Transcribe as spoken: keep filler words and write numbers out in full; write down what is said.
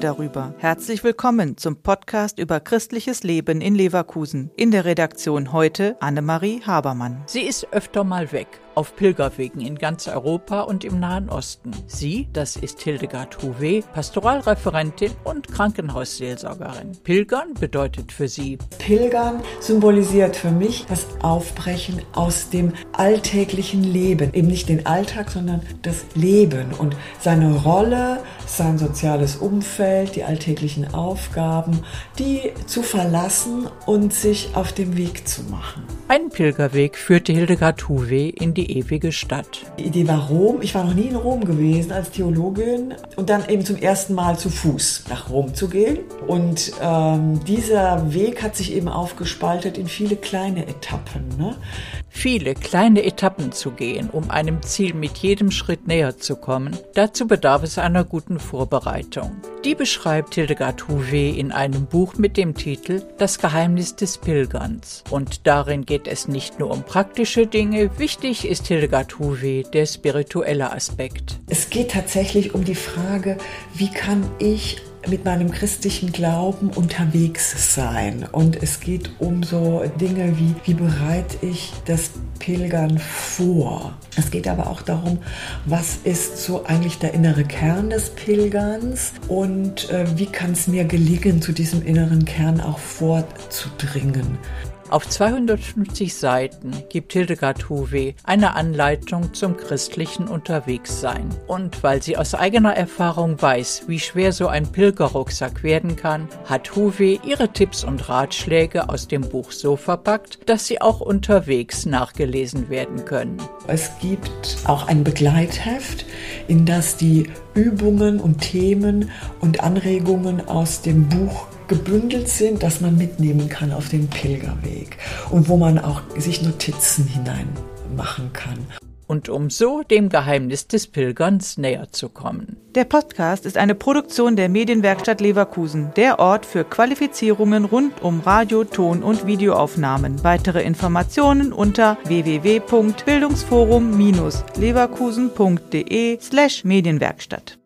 darüber. Herzlich willkommen zum Podcast über christliches Leben in Leverkusen. In der Redaktion heute Annemarie Habermann. Sie ist öfter mal weg, auf Pilgerwegen in ganz Europa und im Nahen Osten. Sie, das ist Hildegard Huwe, Pastoralreferentin und Krankenhausseelsorgerin. Pilgern bedeutet für sie: Pilgern symbolisiert für mich das Aufbrechen aus dem alltäglichen Leben. Eben nicht den Alltag, sondern das Leben und seine Rolle, sein soziales Umfeld, die alltäglichen Aufgaben, die zu verlassen und sich auf den Weg zu machen. Ein Pilgerweg führte Hildegard Huwe in die ewige Stadt. Die Idee war Rom. Ich war noch nie in Rom gewesen als Theologin und dann eben zum ersten Mal zu Fuß nach Rom zu gehen. Und ähm, dieser Weg hat sich eben aufgespaltet in viele kleine Etappen. Ne? Viele kleine Etappen zu gehen, um einem Ziel mit jedem Schritt näher zu kommen, dazu bedarf es einer guten Vorbereitung. Die beschreibt Hildegard Huwe in einem Buch mit dem Titel Das Geheimnis des Pilgerns. Und darin geht es nicht nur um praktische Dinge, wichtig ist Hildegard Huwe der spirituelle Aspekt. Es geht tatsächlich um die Frage, wie kann ich mit meinem christlichen Glauben unterwegs sein. Und es geht um so Dinge wie, wie bereite ich das Pilgern vor. Es geht aber auch darum, was ist so eigentlich der innere Kern des Pilgerns und äh, wie kann es mir gelingen, zu diesem inneren Kern auch vorzudringen. Auf zweihundertfünfzig Seiten gibt Hildegard Huwe eine Anleitung zum christlichen Unterwegssein. Und weil sie aus eigener Erfahrung weiß, wie schwer so ein Pilgerrucksack werden kann, hat Huwe ihre Tipps und Ratschläge aus dem Buch so verpackt, dass sie auch unterwegs nachgelesen werden können. Es gibt auch ein Begleitheft, in das die Übungen und Themen und Anregungen aus dem Buch gebündelt sind, dass man mitnehmen kann auf den Pilgerweg und wo man auch sich Notizen hinein machen kann. Und um so dem Geheimnis des Pilgerns näher zu kommen. Der Podcast ist eine Produktion der Medienwerkstatt Leverkusen, der Ort für Qualifizierungen rund um Radio-, Ton- und Videoaufnahmen. Weitere Informationen unter w w w punkt bildungsforum Bindestrich leverkusen punkt de slash Medienwerkstatt.